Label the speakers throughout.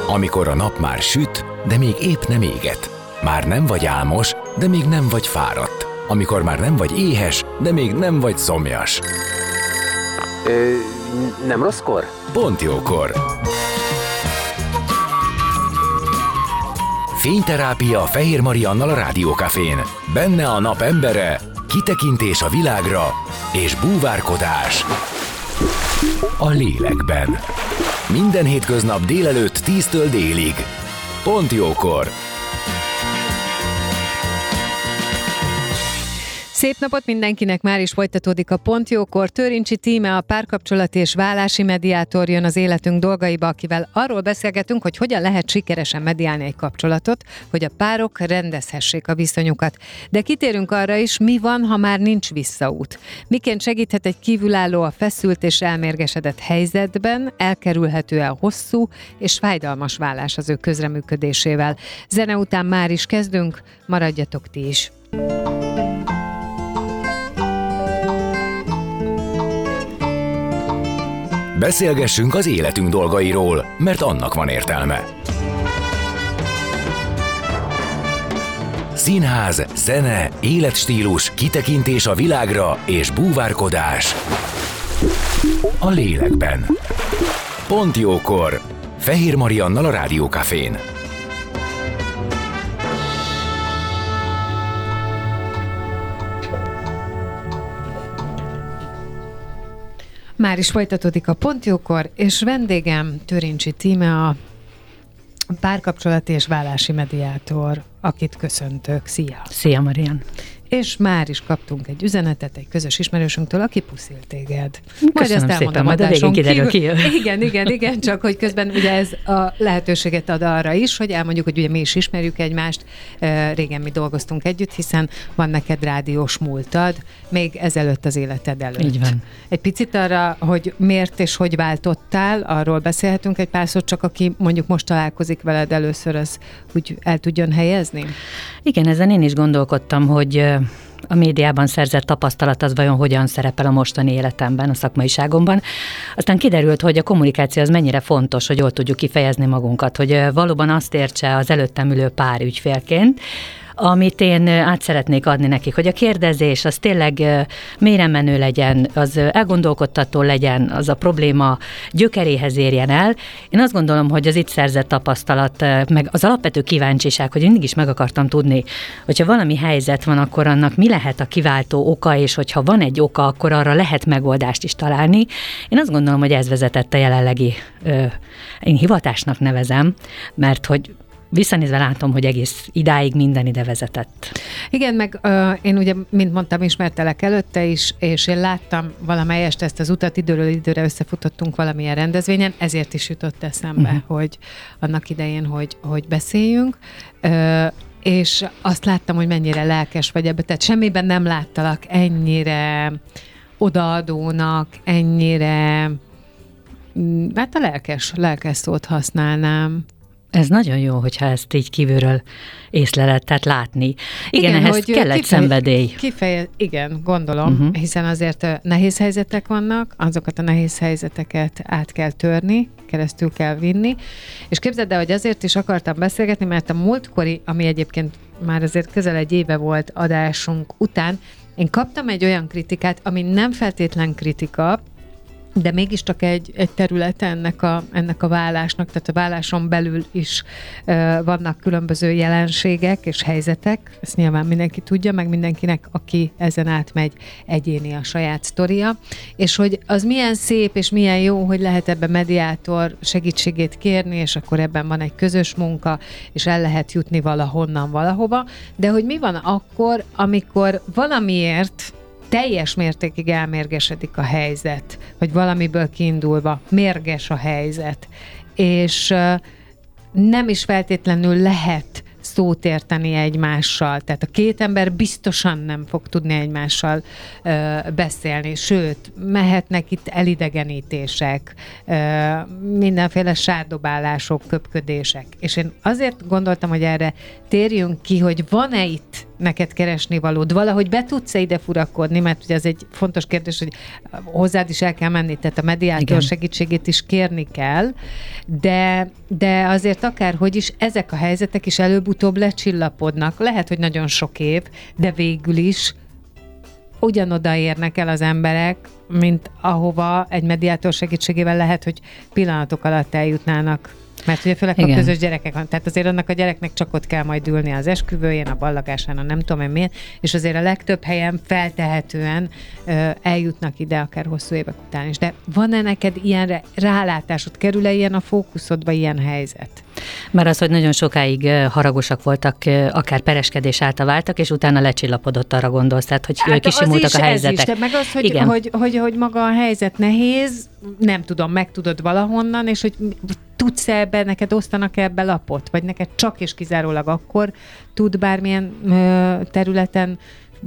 Speaker 1: Amikor a nap már süt, de még épp nem éget. Már nem vagy álmos, de még nem vagy fáradt. Amikor már nem vagy éhes, de még nem vagy szomjas.
Speaker 2: Nem rosszkor?
Speaker 1: Pont jókor. Fényterápia Fehér Mariannal a Rádiókafén. Benne a nap embere, kitekintés a világra és búvárkodás a lélekben. Minden hétköznap délelőtt 10-től délig. Pont jókor.
Speaker 3: Szép napot mindenkinek, már is folytatódik a Pont jókor. Törincsi Tíme, a párkapcsolati és válási mediátor jön az életünk dolgaiba, akivel arról beszélgetünk, hogy hogyan lehet sikeresen mediálni egy kapcsolatot, hogy a párok rendezhessék a viszonyukat. De kitérünk arra is, mi van, ha már nincs visszaút. Miként segíthet egy kívülálló a feszült és elmérgesedett helyzetben, elkerülhető-e a hosszú és fájdalmas válás az ő közreműködésével. Zene után már is kezdünk, maradjatok ti is.
Speaker 1: Beszélgessünk az életünk dolgairól, mert annak van értelme. Színház, zene, életstílus, kitekintés a világra és búvárkodás a lélekben. Pont jókor. Fehér Mariannal a Rádiókafén.
Speaker 3: Már is folytatódik a Pont jókor, és vendégem Törincsi Tíme, a párkapcsolati és válási mediátor, akit köszöntök. Szia!
Speaker 4: Szia, Marian!
Speaker 3: És már is kaptunk egy üzenetet egy közös ismerősünktől, aki puszil téged.
Speaker 4: Majd ezt elmondom, majd a végén kiderül ki.
Speaker 3: Igen, csak hogy közben ugye ez a lehetőséget ad arra is, hogy elmondjuk, hogy ugye mi is ismerjük egymást, régen mi dolgoztunk együtt, hiszen van neked rádiós múltad, még ezelőtt az életed előtt.
Speaker 4: Így van.
Speaker 3: Egy picit arra, hogy miért és hogy váltottál, arról beszélhetünk egy pár szót, csak aki mondjuk most találkozik veled először, az úgy el tudjon helyezni?
Speaker 4: Igen, ezen én is gondolkodtam, hogy a médiában szerzett tapasztalat az vajon hogyan szerepel a mostani életemben, a szakmaiságomban. Aztán kiderült, hogy a kommunikáció az mennyire fontos, hogy jól tudjuk kifejezni magunkat, hogy valóban azt értse az előttem ülő pár ügyfélként, amit én át szeretnék adni nekik, hogy a kérdezés az tényleg mélyre menő legyen, az elgondolkodtató legyen, az a probléma gyökeréhez érjen el. Én azt gondolom, hogy az itt szerzett tapasztalat, meg az alapvető kíváncsiság, hogy mindig is meg akartam tudni, hogyha valami helyzet van, akkor annak mi lehet a kiváltó oka, és hogyha van egy oka, akkor arra lehet megoldást is találni. Én azt gondolom, hogy ez vezetett a jelenlegi, én hivatásnak nevezem, mert hogy visszanézve látom, hogy egész idáig minden ide vezetett.
Speaker 3: Igen, meg én ugye, mint mondtam, ismertelek előtte is, és én láttam valamelyest ezt az utat, időről időre összefutottunk valamilyen rendezvényen, ezért is jutott eszembe, hogy annak idején, hogy beszéljünk, és azt láttam, hogy mennyire lelkes vagy ebbe, tehát semmiben nem láttalak ennyire odaadónak, ennyire, hát a lelkes szót használnám.
Speaker 4: Ez nagyon jó, hogyha ezt így kívülről észleled, tehát látni. Igen, ehhez kell egy szenvedély.
Speaker 3: Igen, gondolom, hiszen azért nehéz helyzetek vannak, azokat a nehéz helyzeteket át kell törni, keresztül kell vinni, és képzeld el, hogy azért is akartam beszélgetni, mert a múltkori, ami egyébként már azért közel egy éve volt adásunk után, én kaptam egy olyan kritikát, ami nem feltétlen kritika, de mégiscsak egy terület ennek a vállásnak, tehát a válláson belül is vannak különböző jelenségek és helyzetek, ezt nyilván mindenki tudja, meg mindenkinek, aki ezen átmegy, egyéni a saját sztoria, és hogy az milyen szép és milyen jó, hogy lehet ebben mediátor segítségét kérni, és akkor ebben van egy közös munka, és el lehet jutni valahonnan valahova, de hogy mi van akkor, amikor valamiért teljes mértékig elmérgesedik a helyzet, vagy valamiből kiindulva mérges a helyzet, és nem is feltétlenül lehet szót érteni egymással. Tehát a két ember biztosan nem fog tudni egymással beszélni, sőt, mehetnek itt elidegenítések, mindenféle sárdobálások, köpködések. És én azért gondoltam, hogy erre térjünk ki, hogy van-e itt neked keresni valód? Valahogy be tudsz-e ide furakodni, mert ugye ez egy fontos kérdés, hogy hozzád is el kell menni, tehát a mediátor segítségét is kérni kell, de azért akárhogy is ezek a helyzetek is előbb-utóbb lecsillapodnak. Lehet, hogy nagyon sok év, de végül is ugyanoda érnek el az emberek, mint ahova egy mediátor segítségével lehet, hogy pillanatok alatt eljutnának. Mert ugye főleg a közös gyerekek van, tehát azért annak a gyereknek csak ott kell majd ülni az esküvőjén, a ballagásán, a nem tudom én miért, és azért a legtöbb helyen feltehetően eljutnak ide akár hosszú évek után is. De van-e neked ilyen rálátásod, kerül-e ilyen a fókuszodba ilyen helyzet?
Speaker 4: Mert az, hogy nagyon sokáig haragosak voltak, akár pereskedés által váltak, és utána lecsillapodott, arra gondolsz, tehát hogy kisimultak a helyzetek.
Speaker 3: Ez is, meg az, hogy maga a helyzet nehéz, nem tudom, megtudod valahonnan, és hogy tudsz ebbe, neked osztanak ebbe lapot, vagy neked csak és kizárólag akkor tud bármilyen területen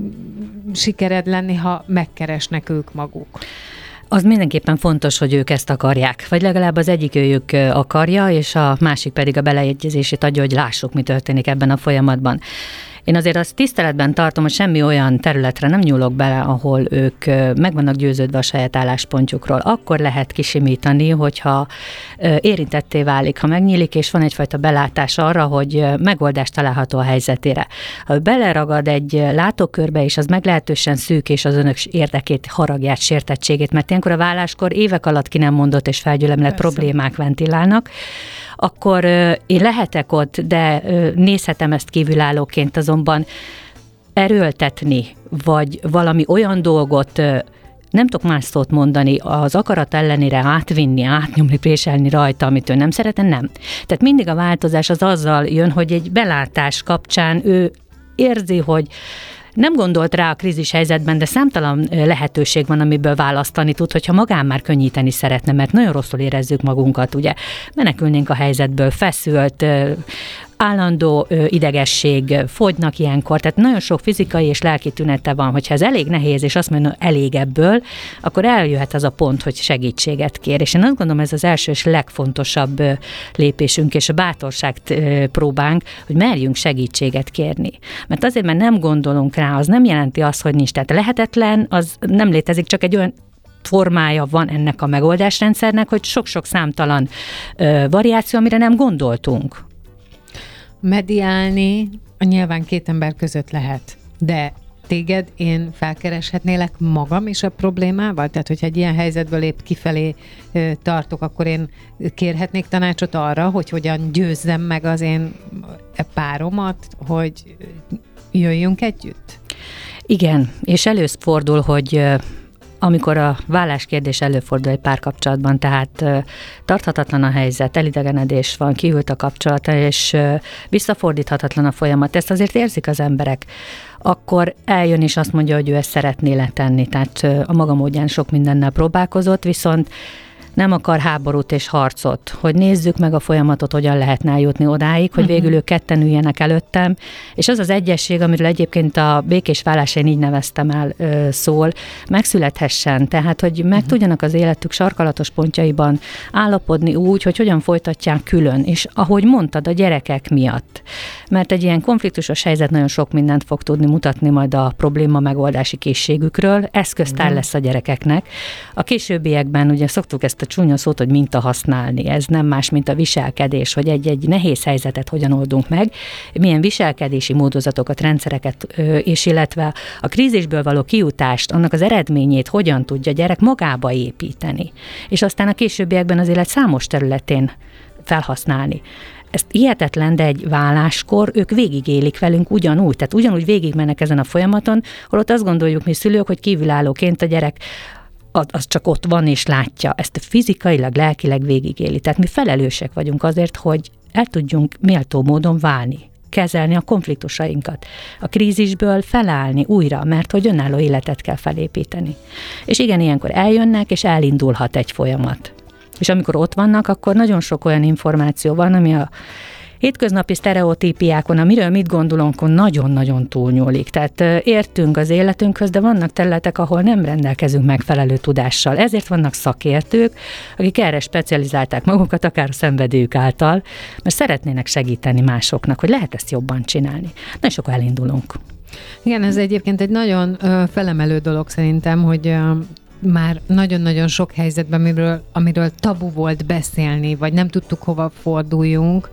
Speaker 3: sikered lenni, ha megkeresnek ők maguk?
Speaker 4: Az mindenképpen fontos, hogy ők ezt akarják, vagy legalább az egyik őjük akarja, és a másik pedig a beleegyezését adja, hogy lássuk, mi történik ebben a folyamatban. Én azért azt tiszteletben tartom, hogy semmi olyan területre nem nyúlok bele, ahol ők meg vannak győződve a saját álláspontjukról. Akkor lehet kisimítani, hogyha érintetté válik, ha megnyílik, és van egyfajta belátás arra, hogy megoldás található a helyzetére. Ha beleragad egy látókörbe, és az meglehetősen szűk, és az önök érdekét, haragját, sértettségét, mert ilyenkor a váláskor évek alatt ki nem mondott és felgyülemlett problémák ventilálnak, akkor én lehetek ott, de nézhetem ezt kívülállóként, azonban erőltetni, vagy valami olyan dolgot, nem tudok más szót mondani, az akarat ellenére átvinni, átnyomni, préselni rajta, amit ő nem szeretne, nem. Tehát mindig a változás az azzal jön, hogy egy belátás kapcsán ő érzi, hogy nem gondolt rá a krízis helyzetben, de számtalan lehetőség van, amiből választani tud, hogyha magán már könnyíteni szeretne, mert nagyon rosszul érezzük magunkat, ugye. Menekülnénk a helyzetből, feszült, állandó idegesség, fogynak ilyenkor, tehát nagyon sok fizikai és lelki tünete van. Hogyha ez elég nehéz, és azt mondja, elég ebből, akkor eljöhet az a pont, hogy segítséget kér. És én azt gondolom, ez az első és legfontosabb lépésünk, és a bátorság próbánk, hogy merjünk segítséget kérni. Mert azért, mert nem gondolunk rá, az nem jelenti azt, hogy nincs. Tehát lehetetlen, az nem létezik, csak egy olyan formája van ennek a megoldásrendszernek, hogy sok-sok számtalan variáció, amire nem gondoltunk.
Speaker 3: Mediálni nyilván két ember között lehet, de téged én felkereshetnélek magam is a problémával? Tehát, hogyha egy ilyen helyzetből épp kifelé tartok, akkor én kérhetnék tanácsot arra, hogy hogyan győzzem meg az én páromat, hogy jöjjünk együtt?
Speaker 4: Igen, és előfordul, hogy amikor a válláskérdés előfordul egy párkapcsolatban, tehát tarthatatlan a helyzet, elidegenedés van, kihűlt a kapcsolata, és visszafordíthatatlan a folyamat, ezt azért érzik az emberek, akkor eljön és azt mondja, hogy ő ezt szeretné letenni, tehát a maga módján sok mindennel próbálkozott, viszont nem akar háborút és harcot, hogy nézzük meg a folyamatot, hogyan lehetne eljutni odáig, hogy végül ők ketten üljenek előttem, és az az egyesség, amiről egyébként a békés vállás, én így neveztem el, szól, megszülethessen, tehát, hogy meg tudjanak az életük sarkalatos pontjaiban állapodni úgy, hogy hogyan folytatják külön, és ahogy mondtad, a gyerekek miatt. Mert egy ilyen konfliktusos helyzet nagyon sok mindent fog tudni mutatni majd a probléma megoldási készségükről, eszköztár lesz a gyerekeknek. A későbbiekben ugye szoktuk ezt a csúnya szót, hogy minta használni. Ez nem más, mint a viselkedés, hogy egy nehéz helyzetet hogyan oldunk meg, milyen viselkedési módozatokat, rendszereket, és illetve a krízisből való kijutást, annak az eredményét hogyan tudja a gyerek magába építeni. És aztán a későbbiekben az élet számos területén felhasználni. Ez hihetetlen, de egy váláskor ők végigélik velünk ugyanúgy, tehát ugyanúgy végigmennek ezen a folyamaton, holott azt gondoljuk mi szülők, hogy kívülállóként a gyerek az csak ott van és látja, ezt fizikailag, lelkileg végigéli. Tehát mi felelősek vagyunk azért, hogy el tudjunk méltó módon válni, kezelni a konfliktusainkat, a krízisből felállni újra, mert hogy önálló életet kell felépíteni. És igen, ilyenkor eljönnek, és elindulhat egy folyamat. És amikor ott vannak, akkor nagyon sok olyan információ van, ami a hétköznapi sztereotípiákon, amiről mit gondolunk, nagyon-nagyon túlnyúlik. Tehát értünk az életünkhöz, de vannak területek, ahol nem rendelkezünk megfelelő tudással. Ezért vannak szakértők, akik erre specializálták magukat, akár a szenvedélyük által, mert szeretnének segíteni másoknak, hogy lehet ezt jobban csinálni. Na és akkor elindulunk.
Speaker 3: Igen, ez egyébként egy nagyon felemelő dolog szerintem, hogy már nagyon-nagyon sok helyzetben, amiről tabu volt beszélni, vagy nem tudtuk hova forduljunk,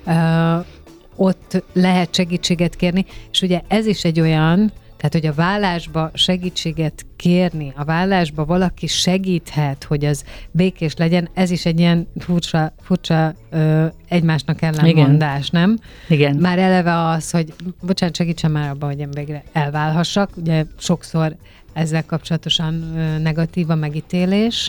Speaker 3: ott lehet segítséget kérni, és ugye ez is egy olyan, tehát, hogy a vállásba segítséget kérni, a vállásba valaki segíthet, hogy az békés legyen, ez is egy ilyen furcsa egymásnak ellenmondás, nem?
Speaker 4: Igen.
Speaker 3: Már eleve az, hogy bocsánat, segítsen már abban, hogy én végre elválhassak. Ugye sokszor ezzel kapcsolatosan negatív a megítélés,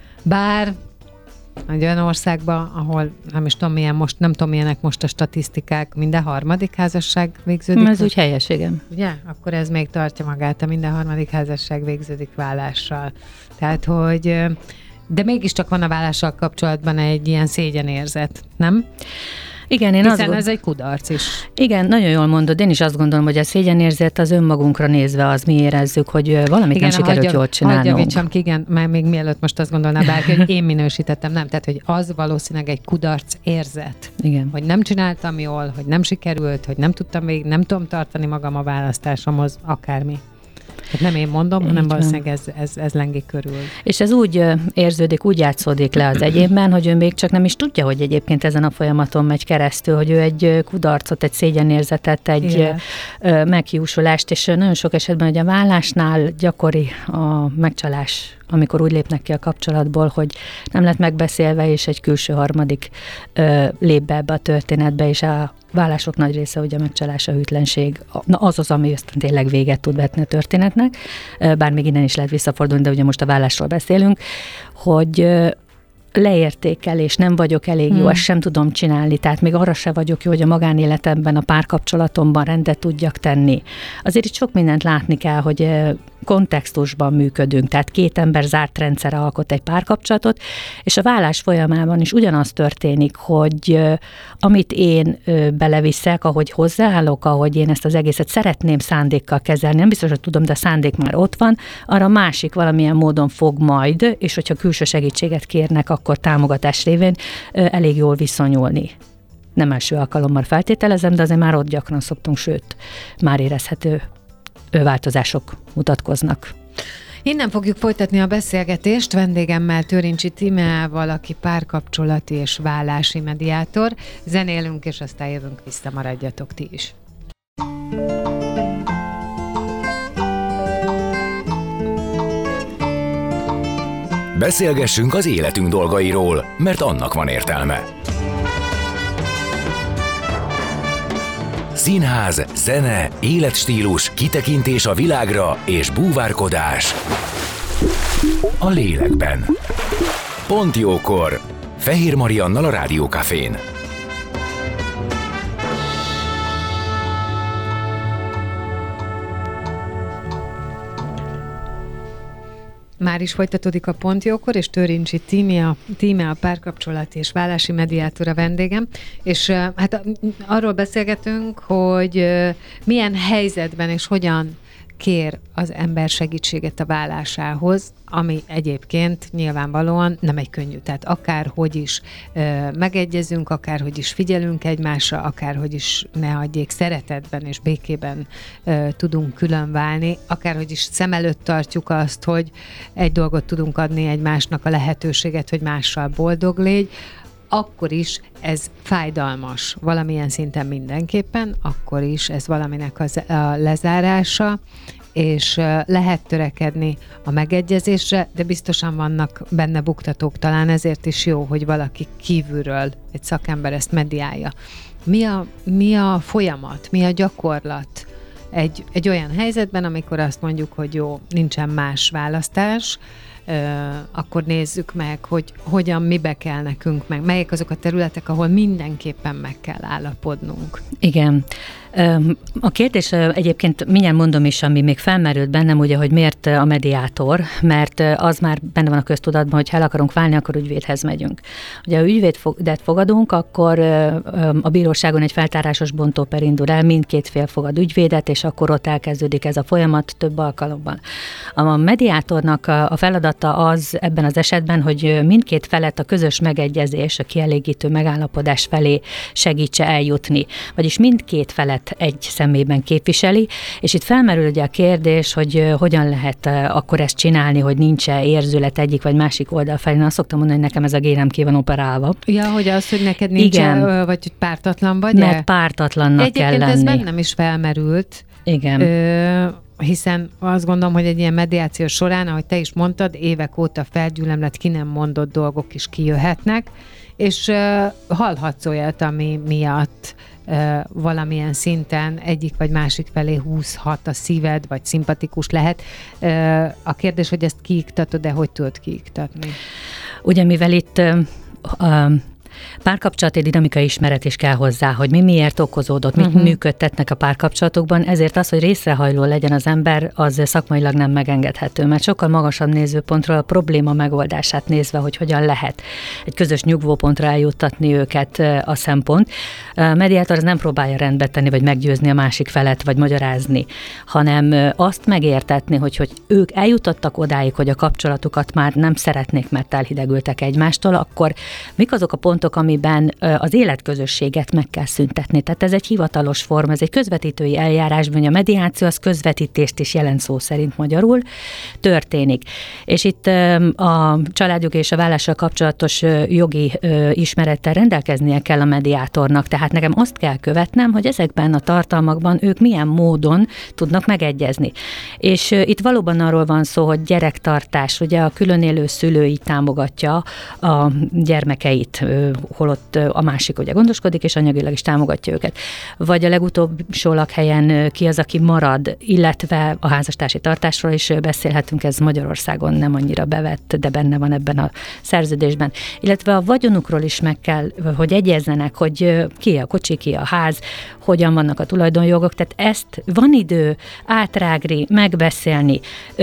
Speaker 3: bár egy olyan országban, ahol nem is tudom milyenek most a statisztikák, minden harmadik házasság végződik.
Speaker 4: Ez úgy helyes, igen.
Speaker 3: Ugye? Akkor ez még tartja magát, a minden harmadik házasság végződik vállással. Tehát, hogy de mégiscsak van a vállással kapcsolatban egy ilyen szégyenérzet, nem?
Speaker 4: Igen,
Speaker 3: hiszen ez egy kudarc is.
Speaker 4: Igen, nagyon jól mondod. Én is azt gondolom, hogy a szégyenérzet az önmagunkra nézve az mi érezzük, hogy valamit nem sikerült jól csinálnunk.
Speaker 3: Hagyjavítsam ki, igen, már még mielőtt most azt gondolná bárki, hogy én minősítettem, nem. Tehát, hogy az valószínűleg egy kudarc érzet.
Speaker 4: Igen. Hogy
Speaker 3: nem csináltam jól, hogy nem sikerült, hogy nem tudtam végig, nem tudom tartani magam a választásomhoz, akármi. Hát nem én mondom, hanem valószínűleg ez lengi körül. És
Speaker 4: ez úgy érződik, úgy játszódik le az egyébben, hogy ő még csak nem is tudja, hogy egyébként ezen a folyamaton megy keresztül, hogy ő egy kudarcot, egy szégyenérzetet, egy meghiúsulást, és nagyon sok esetben, hogy a vállásnál gyakori a megcsalás, amikor úgy lépnek ki a kapcsolatból, hogy nem lett megbeszélve, és egy külső harmadik lép be ebbe a történetbe, és a vállások nagy része, hogy a megcsalás, a hűtlenség, az, ami aztán tényleg véget tud vetni a történetnek, bár még innen is lehet visszafordulni, de ugye most a vállásról beszélünk, hogy leértékelés, nem vagyok elég jó, ezt sem tudom csinálni, tehát még arra se vagyok jó, hogy a magánéletemben, a párkapcsolatomban rendet tudjak tenni. Azért itt sok mindent látni kell, hogy kontextusban működünk, tehát két ember zárt rendszere alkot egy párkapcsolatot, és a vállás folyamában is ugyanaz történik, hogy amit én beleviszek, ahogy hozzáállok, ahogy én ezt az egészet szeretném szándékkal kezelni, nem biztos, hogy tudom, de a szándék már ott van, arra másik valamilyen módon fog majd, és hogyha külső segítséget kérnek, akkor támogatás révén elég jól viszonyulni. Nem első alkalommal feltételezem, de azért már ott gyakran szoktunk, sőt, már érezhető változások mutatkoznak.
Speaker 3: Innen fogjuk folytatni a beszélgetést vendégemmel, Törincsi Tímeával, aki párkapcsolati és vállási mediátor. Zenélünk, és aztán jövünk vissza, maradjatok ti is.
Speaker 1: Beszélgessünk az életünk dolgairól, mert annak van értelme. Színház, zene, életstílus, kitekintés a világra és búvárkodás a lélekben. Pont jókor! Fehér Mariannal a Rádió Cafén.
Speaker 3: Már is folytatódik a Pont jókor, és Törincsi Tíme a párkapcsolati és vállási mediátor a vendégem, és hát arról beszélgetünk, hogy milyen helyzetben és hogyan kér az ember segítséget a vállásához, ami egyébként nyilvánvalóan nem egy könnyű. Tehát akárhogy is megegyezünk, akárhogy is figyelünk egymásra, akárhogy is ne adjék szeretetben és békében tudunk különválni, akárhogy is szem előtt tartjuk azt, hogy egy dolgot tudunk adni egymásnak, a lehetőséget, hogy mással boldog légy, akkor is ez fájdalmas valamilyen szinten mindenképpen, akkor is ez valaminek a lezárása, és lehet törekedni a megegyezésre, de biztosan vannak benne buktatók, talán ezért is jó, hogy valaki kívülről, egy szakember ezt mediálja. Mi a folyamat, mi a gyakorlat egy olyan helyzetben, amikor azt mondjuk, hogy jó, nincsen más választás, akkor nézzük meg, hogy hogyan, mibe kell nekünk meg, melyek azok a területek, ahol mindenképpen meg kell állapodnunk.
Speaker 4: Igen. A kérdés egyébként mindjárt mondom is, ami még felmerült bennem, ugye, hogy miért a mediátor, mert az már benne van a köztudatban, hogy ha el akarunk válni, akkor ügyvédhez megyünk. Ugye, ha ügyvédet fogadunk, akkor a bíróságon egy feltárásos bontóper indul el, mindkét fél fogad ügyvédet, és akkor ott elkezdődik ez a folyamat több alkalommal. A mediátornak a feladata az ebben az esetben, hogy mindkét felet a közös megegyezés, a kielégítő megállapodás felé segítse eljutni. Vagyis mindkét felet érdekeket egy személyben képviseli, és itt felmerül ugye a kérdés, hogy hogyan lehet akkor ezt csinálni, hogy nincs-e érzület egyik vagy másik oldal felé. Én azt szoktam mondani, hogy nekem ez a génem ki van operálva.
Speaker 3: Ja, hogy az, hogy neked nincs, vagy hogy pártatlan vagy?
Speaker 4: Mert pártatlannak kell lenni.
Speaker 3: Egyébként ez bennem is felmerült.
Speaker 4: Igen.
Speaker 3: Hiszen azt gondolom, hogy egy ilyen mediáció során, ahogy te is mondtad, évek óta felgyülemlett, ki nem mondott dolgok is kijöhetnek, és hallhatsz olyat, ami miatt valamilyen szinten egyik vagy másik felé húzhat a szíved, vagy szimpatikus lehet. A kérdés, hogy ezt kiiktatod, de hogy tudod kiiktatni?
Speaker 4: Ugye, mivel itt párkapcsolati dinamikai ismeret is kell hozzá, hogy mi miért okozódott, mit működtetnek a párkapcsolatokban, ezért az, hogy részrehajló legyen az ember, az szakmailag nem megengedhető, mert sokkal magasabb nézőpontról a probléma megoldását nézve, hogy hogyan lehet egy közös nyugvópontra eljuttatni őket a szempont. A mediátor az nem próbálja rendbe tenni, vagy meggyőzni a másik felet, vagy magyarázni, hanem azt megértetni, hogy ők eljutottak odáig, hogy a kapcsolatukat már nem szeretnék, mert elhidegültek egymástól, akkor mik azok a pontok, amiben az életközösséget meg kell szüntetni. Tehát ez egy hivatalos forma, ez egy közvetítői eljárásban, a mediáció az közvetítést is jelent szó szerint magyarul történik. És itt a családjog és a vállással kapcsolatos jogi ismerettel rendelkeznie kell a mediátornak, tehát nekem azt kell követnem, hogy ezekben a tartalmakban ők milyen módon tudnak megegyezni. És itt valóban arról van szó, hogy gyerektartás, ugye a különélő szülői támogatja a gyermekeit, holott a másik ugye gondoskodik, és anyagilag is támogatja őket. Vagy a legutolsó lakhelyen ki az, aki marad, illetve a házastársi tartásról is beszélhetünk, ez Magyarországon nem annyira bevett, de benne van ebben a szerződésben. Illetve a vagyonukról is meg kell, hogy egyezzenek, hogy ki a kocsi, ki a ház, hogyan vannak a tulajdonjogok, tehát ezt van idő átrágni, megbeszélni,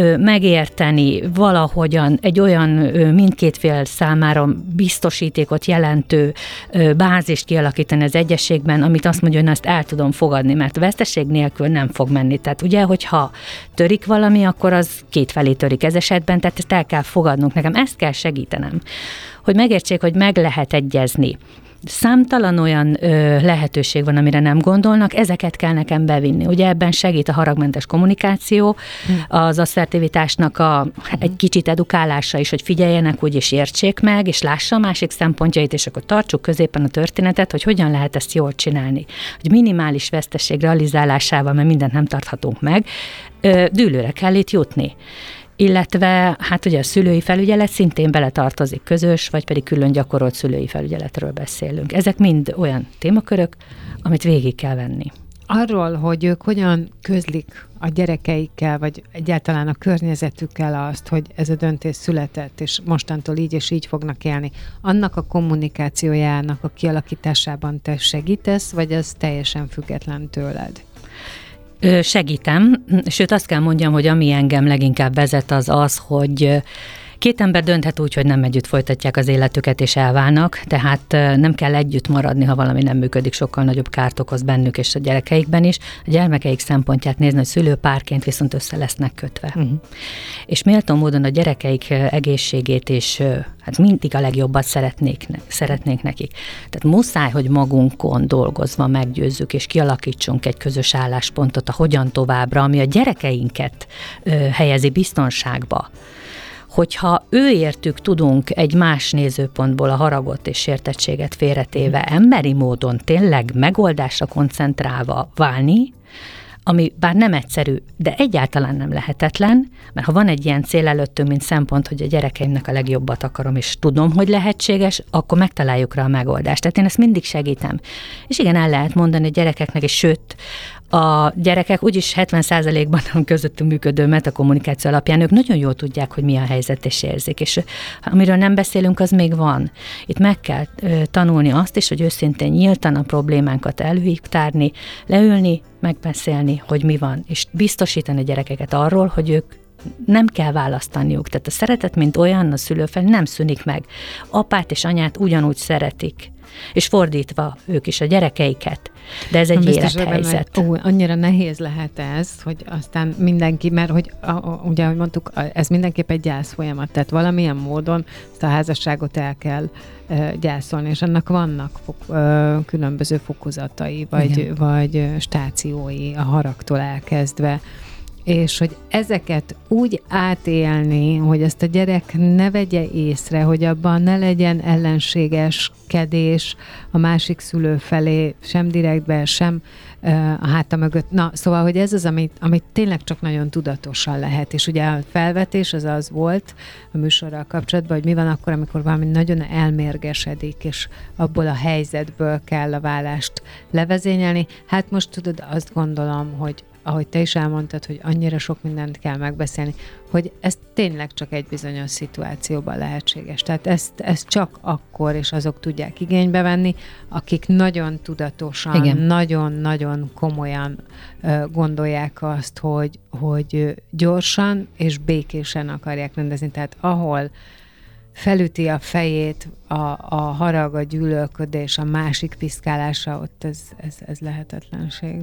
Speaker 4: megérteni, valahogyan egy olyan mindkét fél számára biztosítékot jelentő bázist kialakítani az egyességben, amit azt mondja, hogy ezt el tudom fogadni, mert veszteség nélkül nem fog menni. Tehát ugye, hogyha törik valami, akkor az kétfelé törik ez esetben, tehát ezt el kell fogadnunk. Nekem ezt kell segítenem, hogy megértsék, hogy meg lehet egyezni. Számtalan olyan lehetőség van, amire nem gondolnak, ezeket kell nekem bevinni. Ugye ebben segít a haragmentes kommunikáció, az asszertivitásnak egy kicsit edukálása is, hogy figyeljenek, úgyis értsék meg, és lássa a másik szempontjait, és akkor tartsuk középen a történetet, hogy hogyan lehet ezt jól csinálni. Hogy minimális veszteség realizálásával, mert mindent nem tarthatunk meg, dűlőre kell itt jutni. Illetve hát ugye a szülői felügyelet szintén beletartozik, közös, vagy pedig külön gyakorolt szülői felügyeletről beszélünk. Ezek mind olyan témakörök, amit végig kell venni.
Speaker 3: Arról, hogy ők hogyan közlik a gyerekeikkel, vagy egyáltalán a környezetükkel azt, hogy ez a döntés született, és mostantól így és így fognak élni, annak a kommunikációjának a kialakításában te segítesz, vagy ez teljesen független tőled?
Speaker 4: Segítem, sőt azt kell mondjam, hogy ami engem leginkább vezet az, hogy két ember dönthet úgy, hogy nem együtt folytatják az életüket és elválnak, tehát nem kell együtt maradni, ha valami nem működik, sokkal nagyobb kárt okoz bennük és a gyerekeikben is. A gyermekeik szempontját nézni, hogy szülőpárként viszont össze lesznek kötve. És méltó módon a gyerekeik egészségét és hát mindig a legjobbat szeretnénk nekik. Tehát muszáj, hogy magunkon dolgozva meggyőzzük és kialakítsunk egy közös álláspontot a hogyan továbbra, ami a gyerekeinket helyezi biztonságba. Hogyha őértük tudunk egy más nézőpontból a haragot és sértettséget félretéve emberi módon tényleg megoldásra koncentrálva válni, ami bár nem egyszerű, de egyáltalán nem lehetetlen, mert ha van egy ilyen cél előttünk, mint szempont, hogy a gyerekeimnek a legjobbat akarom, és tudom, hogy lehetséges, akkor megtaláljuk rá a megoldást. Tehát én ezt mindig segítem. És igen, el lehet mondani a gyerekeknek, és sőt, a gyerekek úgyis 70%-ban közöttünk működő metakommunikáció alapján ők nagyon jól tudják, hogy mi a helyzet, és érzik. És amiről nem beszélünk, az még van. Itt meg kell tanulni azt is, hogy őszintén nyíltan a problémánkat előtárni, leülni, megbeszélni, hogy mi van, és biztosítani a gyerekeket arról, hogy ők nem kell választaniuk. Tehát a szeretet, mint olyan, a szülő felé nem szűnik meg. Apát és anyát ugyanúgy szeretik. És fordítva ők is a gyerekeiket. De ez egy élethelyzet.
Speaker 3: Annyira nehéz lehet ez, hogy aztán mindenki, mert hogy ugye, ahogy mondtuk, ez mindenképp egy gyászfolyamat, tehát valamilyen módon ezt a házasságot el kell gyászolni, és annak vannak különböző fokozatai, vagy stációi, a haragtól elkezdve. És hogy ezeket úgy átélni, hogy ezt a gyerek ne vegye észre, hogy abban ne legyen ellenségeskedés a másik szülő felé, sem direktben, sem a háta mögött. Na, szóval, hogy ez az, amit tényleg csak nagyon tudatosan lehet. És ugye a felvetés az volt a műsorral kapcsolatban, hogy mi van akkor, amikor valami nagyon elmérgesedik, és abból a helyzetből kell a válást levezényelni. Hát most tudod, azt gondolom, hogy ahogy te is elmondtad, hogy annyira sok mindent kell megbeszélni, hogy ez tényleg csak egy bizonyos szituációban lehetséges. Tehát ezt csak akkor, és azok tudják igénybe venni, akik nagyon tudatosan, nagyon-nagyon komolyan gondolják azt, hogy gyorsan és békésen akarják rendezni. Tehát ahol felüti a fejét a harag, a gyűlölködés, a másik piszkálása, ott ez lehetetlenség.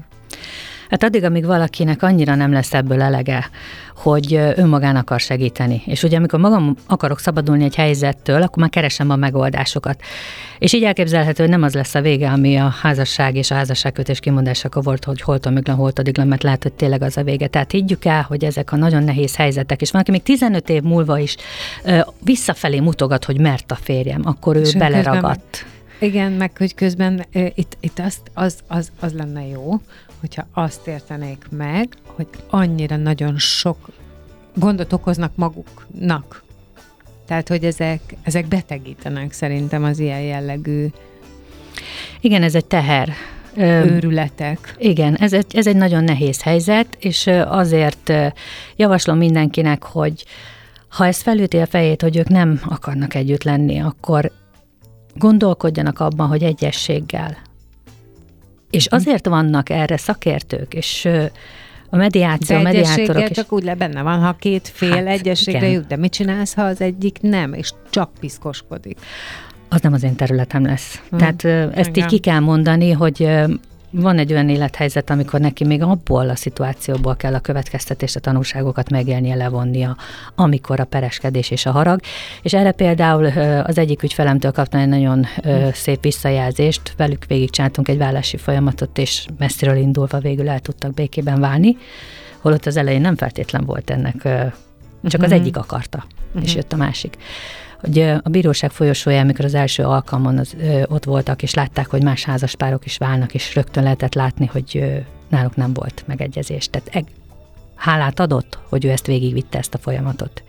Speaker 4: Hát addig, amíg valakinek annyira nem lesz ebből elege, hogy önmagán akar segíteni. És ugye amikor magam akarok szabadulni egy helyzettől, akkor már keresem a megoldásokat. És így elképzelhető, hogy nem az lesz a vége, ami a házasság és a házasságkötés kimondásakor volt, hogy holtomiglan, holtodiglan, mert lehet, hogy tényleg az a vége. Tehát higgyük el, hogy ezek a nagyon nehéz helyzetek, és van, aki még 15 év múlva is visszafelé mutogat, hogy mert a férjem, akkor ő beleragadt.
Speaker 3: Igen, meg hogy közben itt az lenne jó, hogyha azt értenék meg, hogy annyira nagyon sok gondot okoznak maguknak. Tehát, hogy ezek betegítenek szerintem az ilyen jellegű.
Speaker 4: Igen, ez egy teher.
Speaker 3: Őrületek.
Speaker 4: Igen, ez egy nagyon nehéz helyzet, és azért javaslom mindenkinek, hogy ha ez felüti a fejét, hogy ők nem akarnak együtt lenni, akkor gondolkodjanak abban, hogy egyességgel. És azért vannak erre szakértők, és a mediáció, a mediátorok is.
Speaker 3: Csak úgy benne van, ha két fél egyességre jut, de mit csinálsz, ha az egyik nem, és csak piszkoskodik?
Speaker 4: Az nem az én területem lesz. Tehát ezt így ki kell mondani, hogy van egy olyan élethelyzet, amikor neki még abból a szituációból kell a következtetést, a tanulságokat megélnie, levonnia, amikor a pereskedés és a harag. És erre például az egyik ügyfelemtől kaptam egy nagyon szép visszajelzést, velük végigcsináltunk egy vállási folyamatot, és messziről indulva végül el tudtak békében válni, holott az elején nem feltétlen volt ennek, csak az egyik akarta, és jött a másik. Hogy a bíróság folyosóján, amikor az első alkalmon ott voltak, és látták, hogy más házaspárok is válnak, és rögtön lehetett látni, hogy náluk nem volt megegyezés. Tehát hálát adott, hogy ő ezt végigvitte, ezt a folyamatot.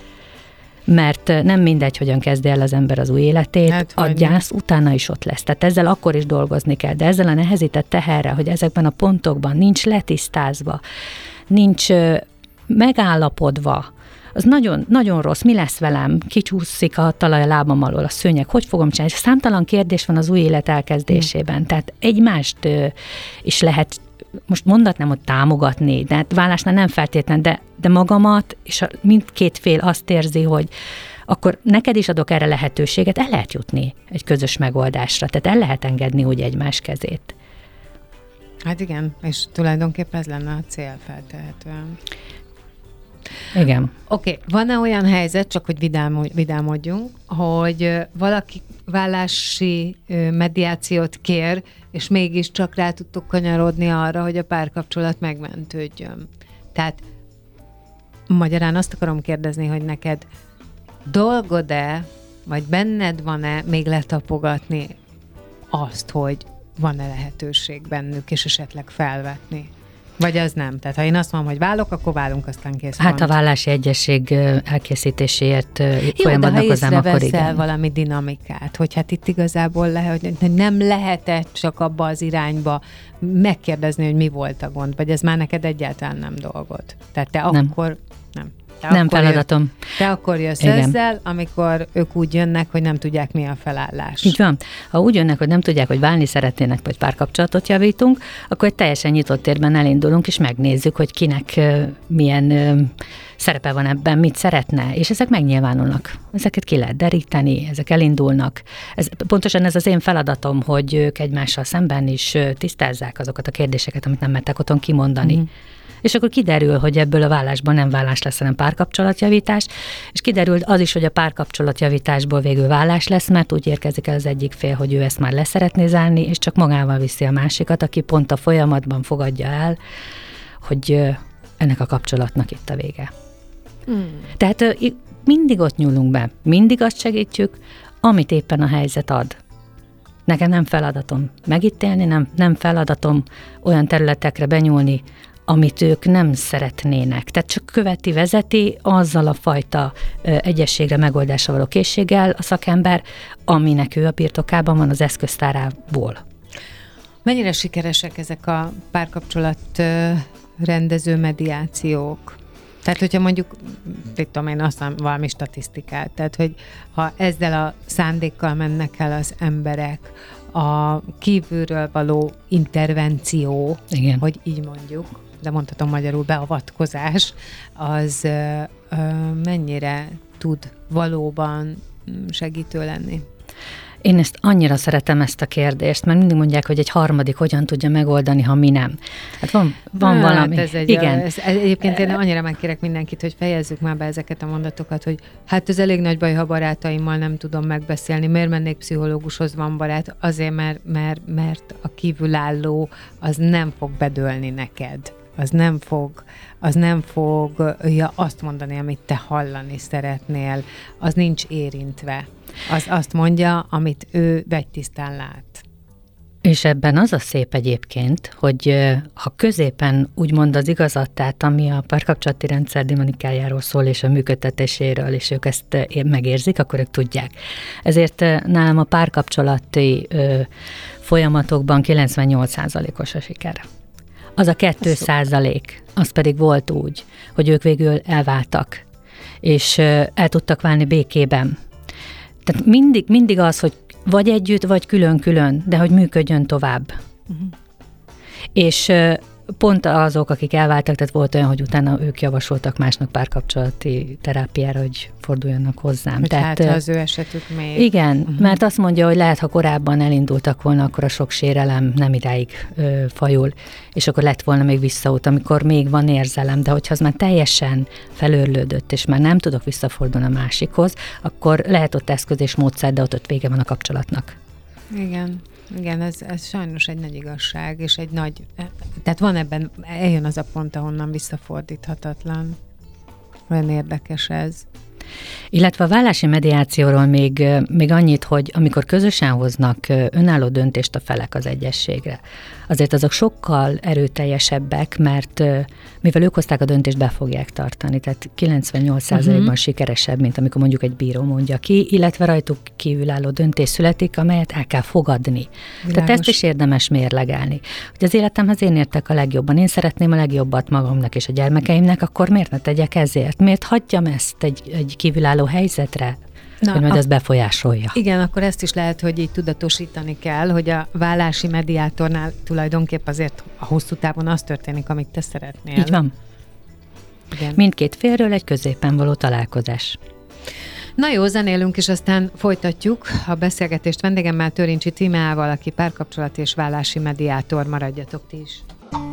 Speaker 4: Mert nem mindegy, hogyan kezd el az ember az új életét, hát, a gyász utána is ott lesz. Tehát ezzel akkor is dolgozni kell, de ezzel a nehezített teherrel, hogy ezekben a pontokban nincs letisztázva, nincs megállapodva, az nagyon, nagyon rossz, mi lesz velem, kicsúszik a talaj a lábam alól, a szőnyeg, hogy fogom csinálni? Számtalan kérdés van az új élet elkezdésében, tehát egymást is lehet, most mondatnám, hogy támogatni, de hát vállásnál nem feltétlen, de magamat, és mindkét fél azt érzi, hogy akkor neked is adok erre lehetőséget, el lehet jutni egy közös megoldásra, tehát el lehet engedni úgy egymás kezét.
Speaker 3: Hát igen, és tulajdonképpen ez lenne a cél feltehetően.
Speaker 4: Igen.
Speaker 3: Oké, van-e olyan helyzet, csak hogy vidámodjunk, hogy valaki vállási mediációt kér, és mégiscsak rá tudtok kanyarodni arra, hogy a párkapcsolat megmentődjön. Tehát magyarán azt akarom kérdezni, hogy neked dolgod-e, vagy benned van-e még letapogatni azt, hogy van-e lehetőség bennük, és esetleg felvetni? Vagy az nem? Tehát ha én azt mondom, hogy válok, akkor válunk, aztán kész.
Speaker 4: Hát a vállási egyesség elkészítéséért folyamatnak hozzám, akkor igen.
Speaker 3: Valami dinamikát, hogy hát itt igazából hogy nem lehetett csak abba az irányba megkérdezni, hogy mi volt a gond, vagy ez már neked egyáltalán nem dolgod. Tehát te
Speaker 4: nem.
Speaker 3: Akkor nem.
Speaker 4: Nem feladatom.
Speaker 3: Te akkor jössz
Speaker 4: Igen.
Speaker 3: ezzel, amikor ők úgy jönnek, hogy nem tudják, mi a felállás.
Speaker 4: Így van. Ha úgy jönnek, hogy nem tudják, hogy válni szeretnének, vagy párkapcsolatot javítunk, akkor egy teljesen nyitott térben elindulunk, és megnézzük, hogy kinek milyen szerepe van ebben, mit szeretne, és ezek megnyilvánulnak. Ezeket ki lehet deríteni, ezek elindulnak. Pontosan ez az én feladatom, hogy ők egymással szemben is tisztázzák azokat a kérdéseket, amit nem mertek otthon kimondani. És akkor kiderül, hogy ebből a vállásból nem vállás lesz, hanem párkapcsolatjavítás, és kiderül az is, hogy a párkapcsolatjavításból végül vállás lesz, mert úgy érkezik el az egyik fél, hogy ő ezt már leszeretné zárni, és csak magával viszi a másikat, aki pont a folyamatban fogadja el, hogy ennek a kapcsolatnak itt a vége. Tehát mindig ott nyúlunk be, mindig azt segítjük, amit éppen a helyzet ad. Nekem nem feladatom megítélni, nem feladatom olyan területekre benyúlni, amit ők nem szeretnének. Tehát csak követi, vezeti azzal a fajta egyességre, megoldásra való készséggel a szakember, aminek ő a birtokában van az eszköztárából.
Speaker 3: Mennyire sikeresek ezek a párkapcsolat rendező mediációk? Tehát, hogyha mondjuk, tudom én, aztán valami statisztikát, tehát, hogy ha ezzel a szándékkal mennek el az emberek, a kívülről való intervenció,
Speaker 4: igen,
Speaker 3: hogy így mondjuk, de mondhatom magyarul beavatkozás, az mennyire tud valóban segítő lenni?
Speaker 4: Én ezt annyira szeretem ezt a kérdést, mert mindig mondják, hogy egy harmadik hogyan tudja megoldani, ha mi nem. Hát van valami.
Speaker 3: Igen. Egyébként én annyira megkérek mindenkit, hogy fejezzük már be ezeket a mondatokat, hogy hát ez elég nagy baj, ha barátaimmal nem tudom megbeszélni. Miért mennék pszichológushoz, van barát? Azért, mert a kívülálló az nem fog bedőlni neked. Az nem fogja azt mondani, amit te hallani szeretnél. Az nincs érintve. Az azt mondja, amit ő vegytisztán lát.
Speaker 4: És ebben az a szép egyébként, hogy ha középen úgymond az igazat, tehát ami a párkapcsolati rendszer dinamikájáról szól, és a működtetéséről, és ők ezt megérzik, akkor ők tudják. Ezért nálam a párkapcsolati folyamatokban 98%-os a siker. Az a 2%, az pedig volt úgy, hogy ők végül elváltak, és el tudtak válni békében. Tehát mindig az, hogy vagy együtt, vagy külön-külön, de hogy működjön tovább. És pont azok, akik elváltak, tehát volt olyan, hogy utána ők javasoltak másnak párkapcsolati terápiára, hogy forduljanak hozzám.
Speaker 3: Hogy
Speaker 4: tehát,
Speaker 3: hát, ha az ő esetük még...
Speaker 4: Igen, mert azt mondja, hogy lehet, ha korábban elindultak volna, akkor a sok sérelem nem idáig fajul, és akkor lett volna még visszaút, amikor még van érzelem, de hogyha az már teljesen felőrlődött, és már nem tudok visszafordulni a másikhoz, akkor lehet ott eszköz és módszer, de ott vége van a kapcsolatnak.
Speaker 3: Igen, ez sajnos egy nagy igazság, és egy nagy... Tehát van ebben, eljön az a pont, ahonnan visszafordíthatatlan. Olyan érdekes ez.
Speaker 4: Illetve a vállási mediációról még annyit, hogy amikor közösen hoznak önálló döntést a felek az egyességre, azért azok sokkal erőteljesebbek, mert mivel ők hozták a döntést, be fogják tartani. Tehát 98%-ban sikeresebb, mint amikor mondjuk egy bíró mondja ki, illetve rajtuk kívülálló döntés születik, amelyet el kell fogadni. Világos. Tehát ezt is érdemes mérlegelni. Hogy az életemhez én értek a legjobban, én szeretném a legjobbat magamnak és a gyermekeimnek, akkor miért ne tegyek ezért? Miért hagyjam ezt egy kívülálló helyzetre, hogy majd ez befolyásolja. Igen,
Speaker 3: akkor ezt is lehet, hogy így tudatosítani kell, hogy a vállási mediátornál tulajdonképp azért a hosszú távon az történik, amit te szeretnél.
Speaker 4: Így van. Igen. Mindkét félről egy középen való találkozás.
Speaker 3: Na jó, zenélünk, és aztán folytatjuk a beszélgetést vendégemmel, Törincsi Tímeával, aki párkapcsolati és vállási mediátor. Maradjatok ti is.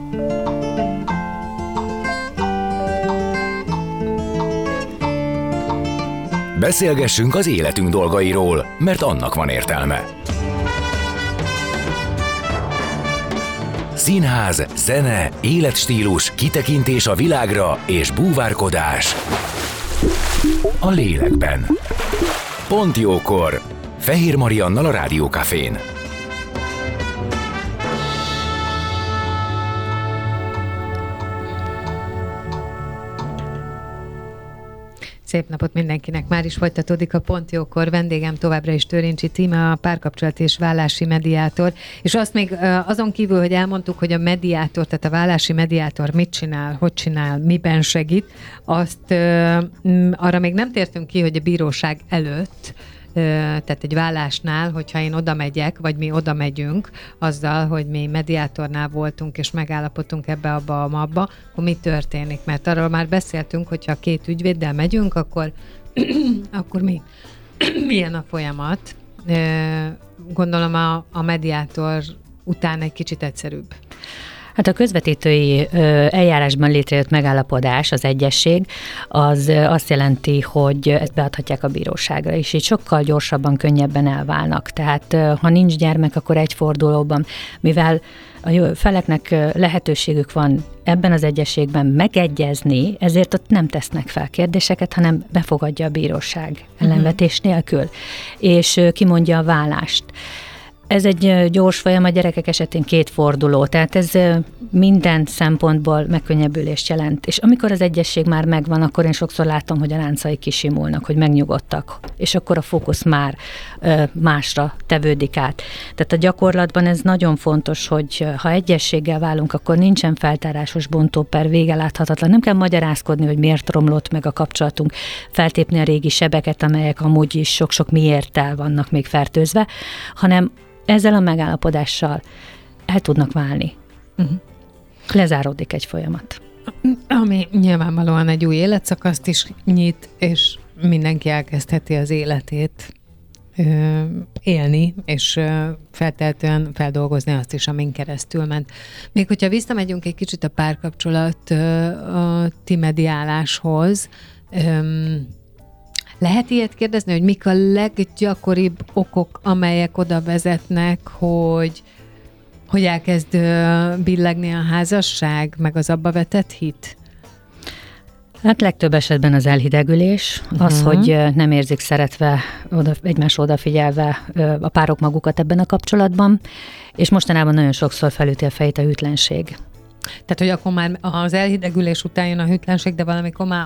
Speaker 1: Beszélgessünk az életünk dolgairól, mert annak van értelme. Színház, zene, életstílus, kitekintés a világra és búvárkodás a lélekben. Pont jókor! Fehér Mariannal a Rádiókafén.
Speaker 3: Szép napot mindenkinek. Már is folytatódik a Pont Jókor. Vendégem továbbra is Törincsi Tíme, a párkapcsolati és vállási mediátor. És azt még azon kívül, hogy elmondtuk, hogy a mediátor, tehát a vállási mediátor mit csinál, hogy csinál, miben segít, azt arra még nem tértünk ki, hogy a bíróság előtt, tehát egy vállásnál, hogyha én oda megyek, vagy mi oda megyünk azzal, hogy mi mediátornál voltunk, és megállapodtunk ebbe, abba, akkor mi történik? Mert arról már beszéltünk, hogyha 2 ügyvéddel megyünk, akkor milyen a folyamat? Gondolom a mediátor után egy kicsit egyszerűbb.
Speaker 4: Hát a közvetítői eljárásban létrejött megállapodás, az egyesség, az azt jelenti, hogy ezt beadhatják a bíróságra is. Így sokkal gyorsabban, könnyebben elválnak. Tehát ha nincs gyermek, akkor egy fordulóban, mivel a feleknek lehetőségük van ebben az egyességben megegyezni, ezért ott nem tesznek fel kérdéseket, hanem befogadja a bíróság ellenvetés nélkül, és kimondja a vállást. Ez egy gyors folyamat, gyerekek esetén 2 forduló, tehát ez minden szempontból megkönnyebbülést jelent. És amikor az egyesség már megvan, akkor én sokszor látom, hogy a láncai kisimulnak, hogy megnyugodtak, és akkor a fókusz már másra tevődik át. Tehát a gyakorlatban ez nagyon fontos, hogy ha egyességgel válunk, akkor nincsen feltárásos bontóper, vége láthatatlan. Nem kell magyarázkodni, hogy miért romlott meg a kapcsolatunk, feltépni a régi sebeket, amelyek amúgy is sok-sok miérttel vannak még fertőzve, hanem ezzel a megállapodással el tudnak válni. Lezáródik egy folyamat.
Speaker 3: Ami nyilvánvalóan egy új életszakaszt is nyit, és mindenki elkezdheti az életét élni, és feltehetően feldolgozni azt is, amin keresztül ment. Még hogyha visszamegyünk egy kicsit a párkapcsolati mediáláshoz, lehet ilyet kérdezni, hogy mik a leggyakoribb okok, amelyek oda vezetnek, hogy elkezd billegni a házasság, meg az abba vetett hit?
Speaker 4: Hát legtöbb esetben az elhidegülés, az, hogy nem érzik szeretve, egymás odafigyelve a párok magukat ebben a kapcsolatban, és mostanában nagyon sokszor felüti a fejét a hűtlenség.
Speaker 3: Tehát, hogy akkor már az elhidegülés után jön a hűtlenség, de valamikor már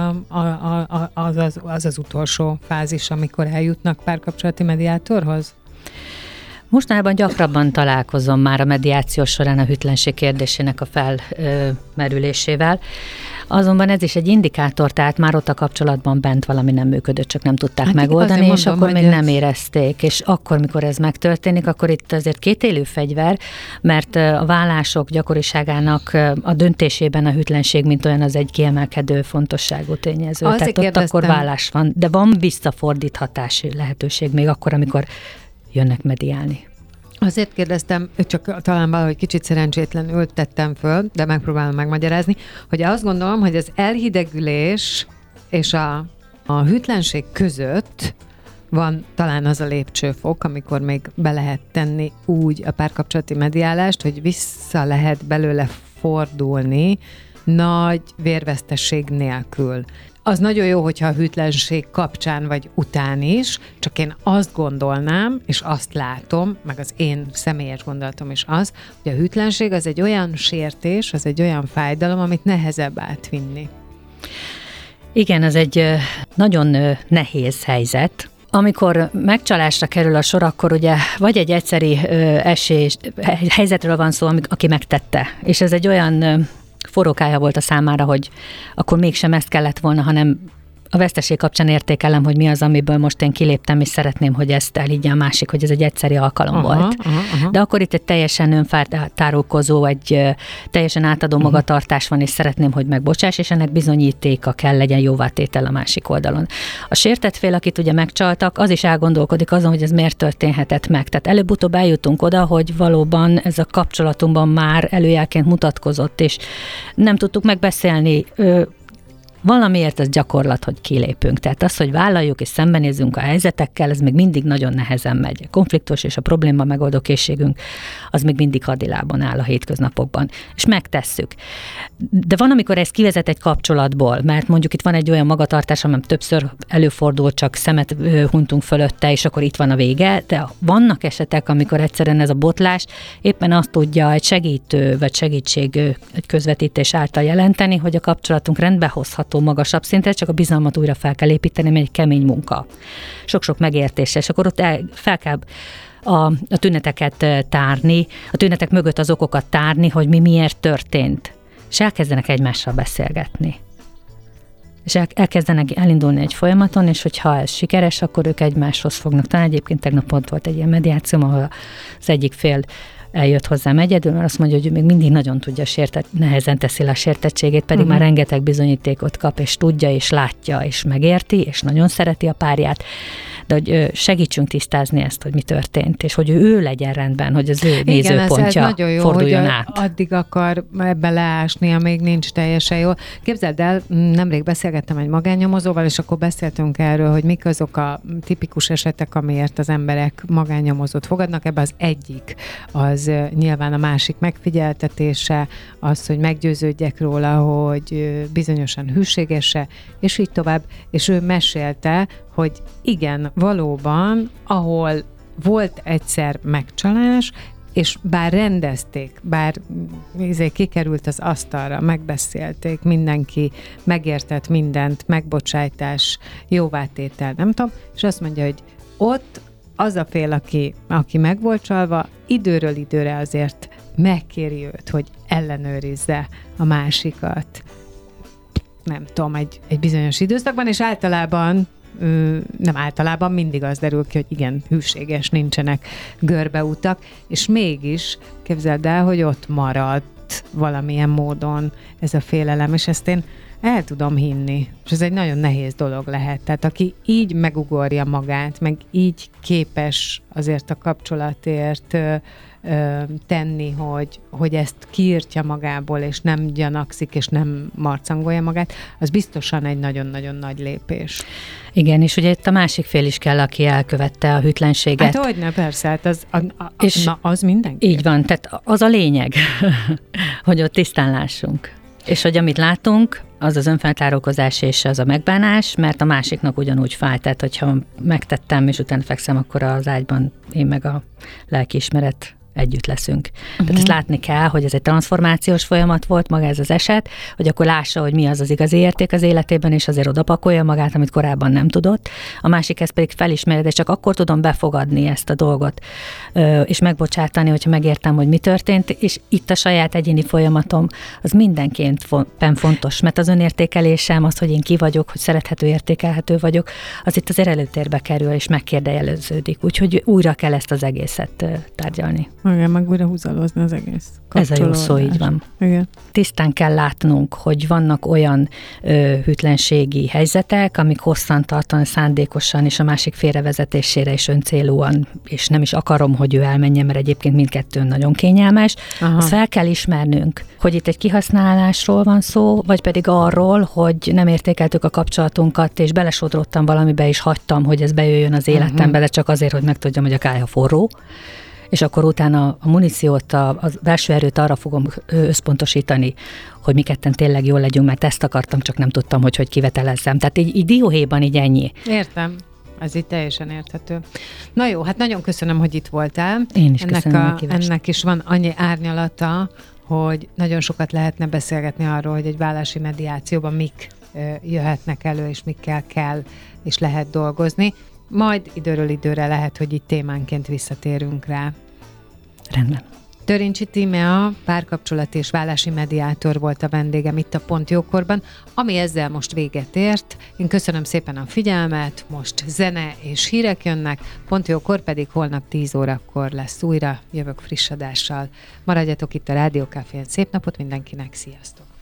Speaker 3: az utolsó fázis, amikor eljutnak párkapcsolati mediátorhoz?
Speaker 4: Mostanában gyakrabban találkozom már a mediáció során a hűtlenség kérdésének a felmerülésével. Azonban ez is egy indikátor, tehát már ott a kapcsolatban bent valami nem működött, csak nem tudták megoldani, és akkor még nem érezték. És akkor, mikor ez megtörténik, akkor itt azért kétélű fegyver, mert a vállások gyakoriságának a döntésében a hűtlenség, mint olyan, az egy kiemelkedő fontosságú tényező. Tehát ott akkor vállás van, de van visszafordíthatási lehetőség még akkor, amikor jönnek mediálni.
Speaker 3: Azért kérdeztem, csak talán valahogy kicsit szerencsétlenül tettem föl, de megpróbálom megmagyarázni, hogy azt gondolom, hogy az elhidegülés és a hűtlenség között van talán az a lépcsőfok, amikor még be lehet tenni úgy a párkapcsolati mediálást, hogy vissza lehet belőle fordulni nagy vérvesztesség nélkül. Az nagyon jó, hogyha a hűtlenség kapcsán vagy után is, csak én azt gondolnám, és azt látom, meg az én személyes gondolatom is az, hogy a hűtlenség az egy olyan sértés, az egy olyan fájdalom, amit nehezebb átvinni.
Speaker 4: Igen, az egy nagyon nehéz helyzet. Amikor megcsalásra kerül a sor, akkor ugye vagy egy egyszeri helyzetről van szó, aki megtette, és ez egy olyan forrókája volt a számára, hogy akkor mégsem ezt kellett volna, hanem a veszteség kapcsán értékelem, hogy mi az, amiből most én kiléptem, és szeretném, hogy ezt elhiggye a másik, hogy ez egy egyszeri alkalom volt. De akkor itt egy teljesen önfeltárulkozó, egy teljesen átadó magatartás van, és szeretném, hogy megbocsáss, és ennek bizonyítéka kell legyen, jóvátétel a másik oldalon. A sértett fél, akit ugye megcsaltak, az is elgondolkodik azon, hogy ez miért történhetett meg. Tehát előbb-utóbb eljutunk oda, hogy valóban ez a kapcsolatunkban már előjelként mutatkozott, és nem tudtuk megbeszélni. Valamiért ez gyakorlat, hogy kilépünk. Tehát az, hogy vállaljuk és szembenézzünk a helyzetekkel, ez még mindig nagyon nehezen megy. A konfliktus és a probléma megoldó készségünk az még mindig hadilában áll a hétköznapokban. És megtesszük. De van, amikor ez kivezet egy kapcsolatból, mert mondjuk itt van egy olyan magatartás, amely többször előfordul, csak szemet huntunk fölötte, és akkor itt van a vége, de vannak esetek, amikor egyszerűen ez a botlás éppen azt tudja egy segítő vagy segítség, egy közvetítés által jelenteni, hogy a kapcsolatunk rendbe hozható, eljutható magasabb szintre, csak a bizalmat újra fel kell építeni, mert egy kemény munka. Sok-sok megértése, és akkor ott fel kell a tüneteket tárni, a tünetek mögött az okokat tárni, hogy mi miért történt. És elkezdenek egymással beszélgetni. És elkezdenek elindulni egy folyamaton, és hogyha ez sikeres, akkor ők egymáshoz fognak. Talán egyébként tegnap pont volt egy ilyen mediáció, ahol az egyik fél eljött hozzám egyedül, mert azt mondja, hogy ő még mindig nagyon tudja nehezen teszi le a sértettségét, pedig már rengeteg bizonyítékot kap, és tudja, és látja, és megérti, és nagyon szereti a párját. De hogy segítsünk tisztázni ezt, hogy mi történt, és hogy ő legyen rendben, hogy az ő nézőpontja
Speaker 3: nagyon jó,
Speaker 4: forduljon
Speaker 3: hogy
Speaker 4: át.
Speaker 3: Addig akar ebbe leásni, amíg nincs teljesen jó. Képzeld el, nemrég beszélgettem egy magánnyomozóval, és akkor beszéltünk erről, hogy mik azok a tipikus esetek, amiért az emberek magánnyomozót fogadnak. Ebben az egyik az nyilván a másik megfigyeltetése, az, hogy meggyőződjek róla, hogy bizonyosan hűséges-e, és így tovább. És ő mesélte, hogy igen, valóban, ahol volt egyszer megcsalás, és bár rendezték, bár kikerült az asztalra, megbeszélték, mindenki megértett mindent, megbocsájtás, jóvátétel, nem tudom, és azt mondja, hogy ott az a fél, aki meg volt csalva, időről időre azért megkéri őt, hogy ellenőrizze a másikat, nem tudom, egy bizonyos időszakban, és nem általában mindig az derül ki, hogy igen, hűséges, nincsenek görbeutak, és mégis képzeld el, hogy ott maradt valamilyen módon ez a félelem, és ezt én el tudom hinni, és ez egy nagyon nehéz dolog lehet. Tehát aki így megugorja magát, meg így képes azért a kapcsolatért tenni, hogy ezt kiírtja magából, és nem gyanakszik, és nem marcangolja magát, az biztosan egy nagyon-nagyon nagy lépés.
Speaker 4: Igen, és ugye itt a másik fél is kell, aki elkövette a hűtlenséget.
Speaker 3: Hát hogyne, persze, hát az mindenki.
Speaker 4: Így van, tehát az a lényeg, hogy ott tisztán lássunk. És hogy amit látunk, az az önfeltárolkozás és az a megbánás, mert a másiknak ugyanúgy fáj. Tehát, hogyha megtettem, és utána fekszem, akkor az ágyban én meg a lelkiismeret együtt leszünk. Tehát ezt látni kell, hogy ez egy transformációs folyamat volt, maga ez az eset, hogy akkor lássa, hogy mi az az igazi érték az életében, és azért odapakolja magát, amit korábban nem tudott. A másik ezt pedig felismeri, de csak akkor tudom befogadni ezt a dolgot, és megbocsátani, hogyha megértem, hogy mi történt, és itt a saját egyéni folyamatom az mindenként fontos, mert az önértékelésem, az, hogy én ki vagyok, hogy szerethető, értékelhető vagyok, az itt az előtérbe kerül, és megkérdejeleződik. Úgyhogy újra kell ezt az egészet tárgyalni.
Speaker 3: Igen, meg újra húzalozni az egész
Speaker 4: Ez a jó szó, így van.
Speaker 3: Igen.
Speaker 4: Tisztán kell látnunk, hogy vannak olyan hűtlenségi helyzetek, amik hosszantartóan, szándékosan és a másik félrevezetésére is öncélúan, és nem is akarom, hogy ő elmenjen, mert egyébként mindkettőn nagyon kényelmes. Azt fel kell ismernünk, hogy itt egy kihasználásról van szó, vagy pedig arról, hogy nem értékeltük a kapcsolatunkat, és belesodrottam valamibe, és hagytam, hogy ez bejöjjön az életembe, de csak azért, hogy megtudjam, hogy a kályha forró. És akkor utána a muníciót, a belső erőt arra fogom összpontosítani, hogy mi ketten tényleg jól legyünk, mert ezt akartam, csak nem tudtam, hogy kivetelezzem. Tehát így dióhéjban így ennyi.
Speaker 3: Értem. Ez így teljesen érthető. Na jó, hát nagyon köszönöm, hogy itt voltál.
Speaker 4: Én is köszönöm.
Speaker 3: Ennek is van annyi árnyalata, hogy nagyon sokat lehetne beszélgetni arról, hogy egy vállási mediációban mik jöhetnek elő, és mikkel kell és lehet dolgozni. Majd időről időre lehet, hogy itt témánként visszatérünk rá.
Speaker 4: Rendben.
Speaker 3: Törincsi Tímea, párkapcsolat és vállási mediátor volt a vendégem itt a Pont Jókorban, ami ezzel most véget ért. Én köszönöm szépen a figyelmet, most zene és hírek jönnek, Pont Jókor pedig holnap 10 órakor lesz újra, jövök friss adással. Maradjatok itt a Rádió Cafén, szép napot mindenkinek, sziasztok!